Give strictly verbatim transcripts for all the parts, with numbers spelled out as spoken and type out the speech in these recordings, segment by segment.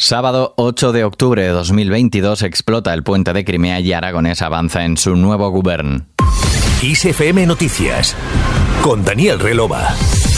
Sábado ocho de octubre de dos mil veintidós explota el puente de Crimea y Aragonés avanza en su nuevo gobierno. I S F M Noticias con Daniel Relova.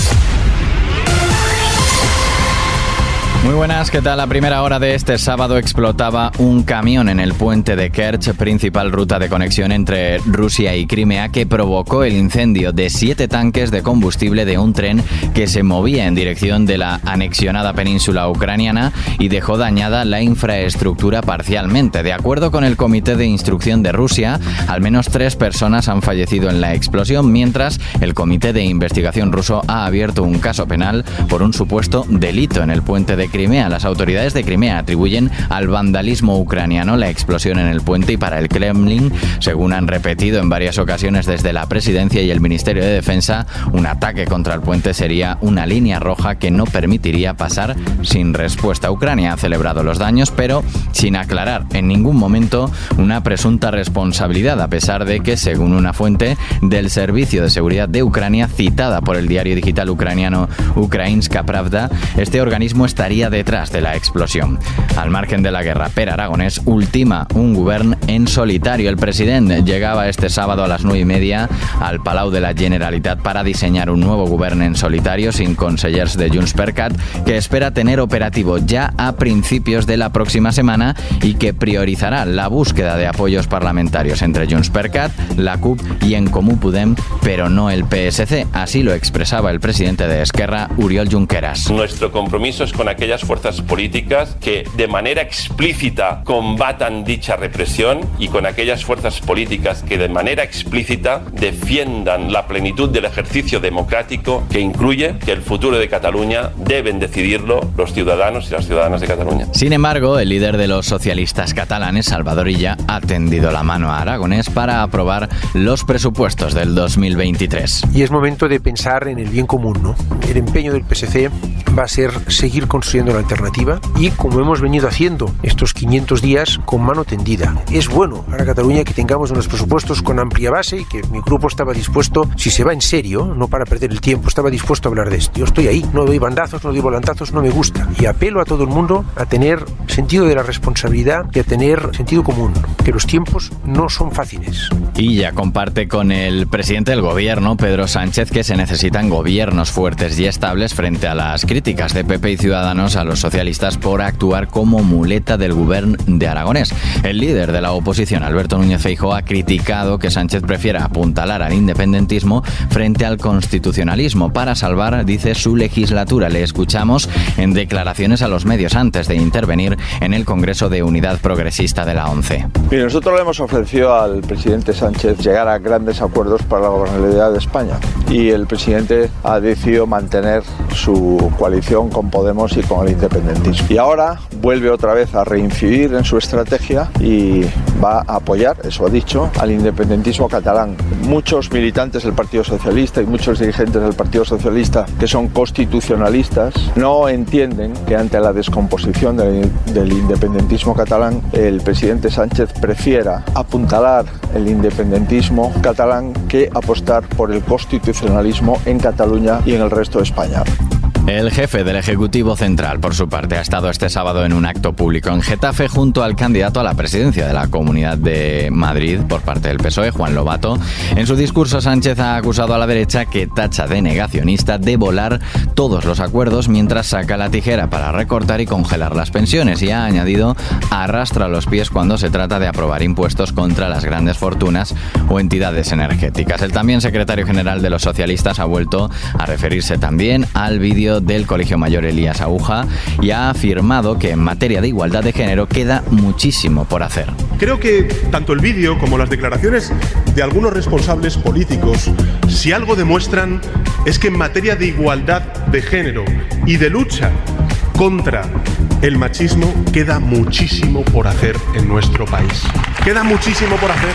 Muy buenas, ¿qué tal? A primera hora de este sábado explotaba un camión en el puente de Kerch, principal ruta de conexión entre Rusia y Crimea, que provocó el incendio de siete tanques de combustible de un tren que se movía en dirección de la anexionada península ucraniana y dejó dañada la infraestructura parcialmente. De acuerdo con el Comité de Instrucción de Rusia, al menos tres personas han fallecido en la explosión, mientras el Comité de Investigación ruso ha abierto un caso penal por un supuesto delito en el puente de Crimea. Las autoridades de Crimea atribuyen al vandalismo ucraniano la explosión en el puente y para el Kremlin, según han repetido en varias ocasiones desde la presidencia y el Ministerio de Defensa, un ataque contra el puente sería una línea roja que no permitiría pasar sin respuesta. Ucrania ha celebrado los daños, pero sin aclarar en ningún momento una presunta responsabilidad, a pesar de que, según una fuente del Servicio de Seguridad de Ucrania citada por el diario digital ucraniano Ukrainska Pravda, este organismo estaría detrás de la explosión. Al margen de la guerra, Per Aragonés ultima un govern en solitario. El presidente llegaba este sábado a las nueve y media al Palau de la Generalitat para diseñar un nuevo govern en solitario sin consellers de JxCat, que espera tener operativo ya a principios de la próxima semana y que priorizará la búsqueda de apoyos parlamentarios entre JxCat, la C U P y En Comú Podem, pero no el P S C. Así lo expresaba el presidente de Esquerra, Oriol Junqueras. Nuestro compromiso es con aquellas fuerzas políticas que de manera explícita combatan dicha represión y con aquellas fuerzas políticas que de manera explícita defiendan la plenitud del ejercicio democrático, que incluye que el futuro de Cataluña deben decidirlo los ciudadanos y las ciudadanas de Cataluña. Sin embargo, el líder de los socialistas catalanes, Salvador Illa, ha tendido la mano a Aragonés para aprobar los presupuestos del dos mil veintitrés. Y es momento de pensar en el bien común, ¿no? El empeño del P S C va a ser seguir construyendo la alternativa y, como hemos venido haciendo estos quinientos días, con mano tendida. Es bueno para Cataluña que tengamos unos presupuestos con amplia base y que mi grupo estaba dispuesto, si se va en serio, no para perder el tiempo, estaba dispuesto a hablar de esto. Yo estoy ahí, no doy bandazos, no doy volantazos, no me gusta. Y apelo a todo el mundo a tener sentido de la responsabilidad y a tener sentido común, que los tiempos no son fáciles. Y ya comparte con el presidente del gobierno, Pedro Sánchez, que se necesitan gobiernos fuertes y estables frente a las críticas de P P y Ciudadanos a los socialistas por actuar como muleta del gobierno de Aragonés. El líder de la oposición, Alberto Núñez Feijóo, ha criticado que Sánchez prefiera apuntalar al independentismo frente al constitucionalismo para salvar, dice, su legislatura. Le escuchamos en declaraciones a los medios antes de intervenir en el Congreso de Unidad Progresista de la ONCE. Mire, nosotros le hemos ofrecido al presidente Sánchez llegar a grandes acuerdos para la gobernabilidad de España y el presidente ha decidido mantener su coalición con Podemos y con el independentismo. Y ahora vuelve otra vez a reincidir en su estrategia y va a apoyar, eso ha dicho, al independentismo catalán. Muchos militantes del Partido Socialista y muchos dirigentes del Partido Socialista que son constitucionalistas no entienden que ante la descomposición del, del independentismo catalán el presidente Sánchez prefiera apuntalar el independentismo catalán que apostar por el constitucionalismo en Cataluña y en el resto de España. El jefe del Ejecutivo Central, por su parte, ha estado este sábado en un acto público en Getafe junto al candidato a la presidencia de la Comunidad de Madrid por parte del P S O E, Juan Lobato. En su discurso, Sánchez ha acusado a la derecha, que tacha de negacionista, de volar todos los acuerdos mientras saca la tijera para recortar y congelar las pensiones, y ha añadido: arrastra los pies cuando se trata de aprobar impuestos contra las grandes fortunas o entidades energéticas. El también secretario general de los socialistas ha vuelto a referirse también al vídeo del Colegio Mayor Elías Aguja y ha afirmado que en materia de igualdad de género queda muchísimo por hacer. Creo que tanto el vídeo como las declaraciones de algunos responsables políticos, si algo demuestran, es que en materia de igualdad de género y de lucha contra el machismo queda muchísimo por hacer en nuestro país. Queda muchísimo por hacer.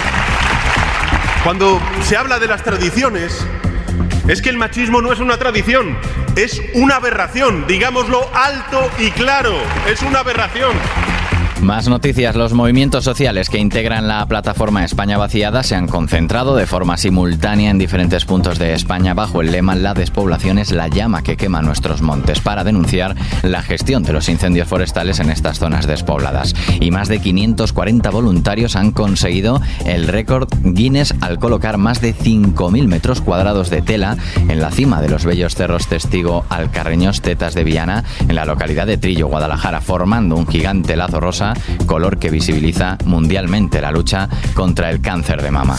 Cuando se habla de las tradiciones, es que el machismo no es una tradición, es una aberración, digámoslo alto y claro, es una aberración. Más noticias. Los movimientos sociales que integran la plataforma España Vaciada se han concentrado de forma simultánea en diferentes puntos de España bajo el lema "La despoblación es la llama que quema nuestros montes", para denunciar la gestión de los incendios forestales en estas zonas despobladas. Y más de quinientos cuarenta voluntarios han conseguido el récord Guinness al colocar más de cinco mil metros cuadrados de tela en la cima de los bellos cerros Testigo Alcarreños Tetas de Viana, en la localidad de Trillo, Guadalajara, formando un gigante lazo rosa, color que visibiliza mundialmente la lucha contra el cáncer de mama.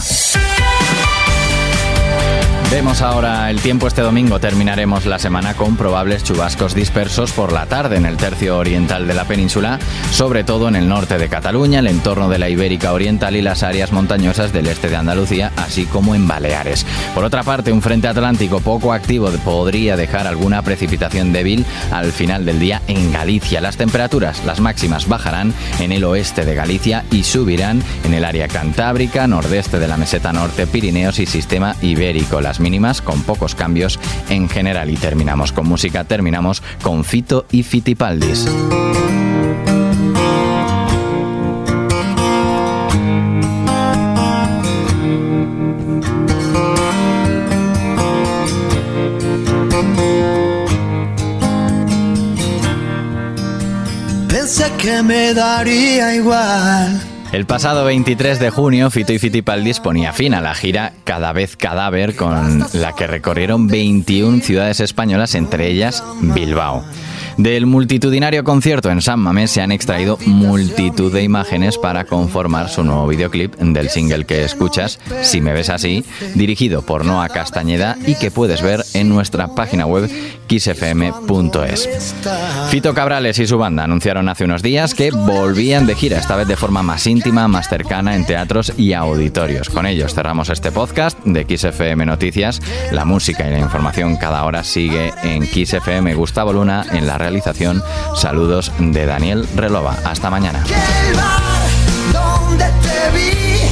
Vemos ahora el tiempo. Este domingo terminaremos la semana con probables chubascos dispersos por la tarde en el tercio oriental de la península, sobre todo en el norte de Cataluña, el entorno de la Ibérica Oriental y las áreas montañosas del este de Andalucía, así como en Baleares. Por otra parte, un frente atlántico poco activo podría dejar alguna precipitación débil al final del día en Galicia. Las temperaturas, las máximas, bajarán en el oeste de Galicia y subirán en el área cantábrica, nordeste de la meseta norte, Pirineos y sistema ibérico. Las mínimas con pocos cambios en general. Y terminamos con música, terminamos con Fito y Fitipaldis. Pensé que me daría igual. El pasado veintitrés de junio, Fito y Fitipaldis ponía fin a la gira Cada vez Cadáver, con la que recorrieron veintiuna ciudades españolas, entre ellas Bilbao. Del multitudinario concierto en San Mamés se han extraído multitud de imágenes para conformar su nuevo videoclip del single que escuchas, Si me ves así, dirigido por Noa Castañeda y que puedes ver en nuestra página web kiss f m punto es. Fito Cabrales y su banda anunciaron hace unos días que volvían de gira, esta vez de forma más íntima, más cercana, en teatros y auditorios. Con ellos cerramos este podcast de Kiss F M Noticias. La música y la información cada hora sigue en Kiss F M. Gustavo Luna en la realización. Saludos de Daniel Relova. Hasta mañana. Donde te vi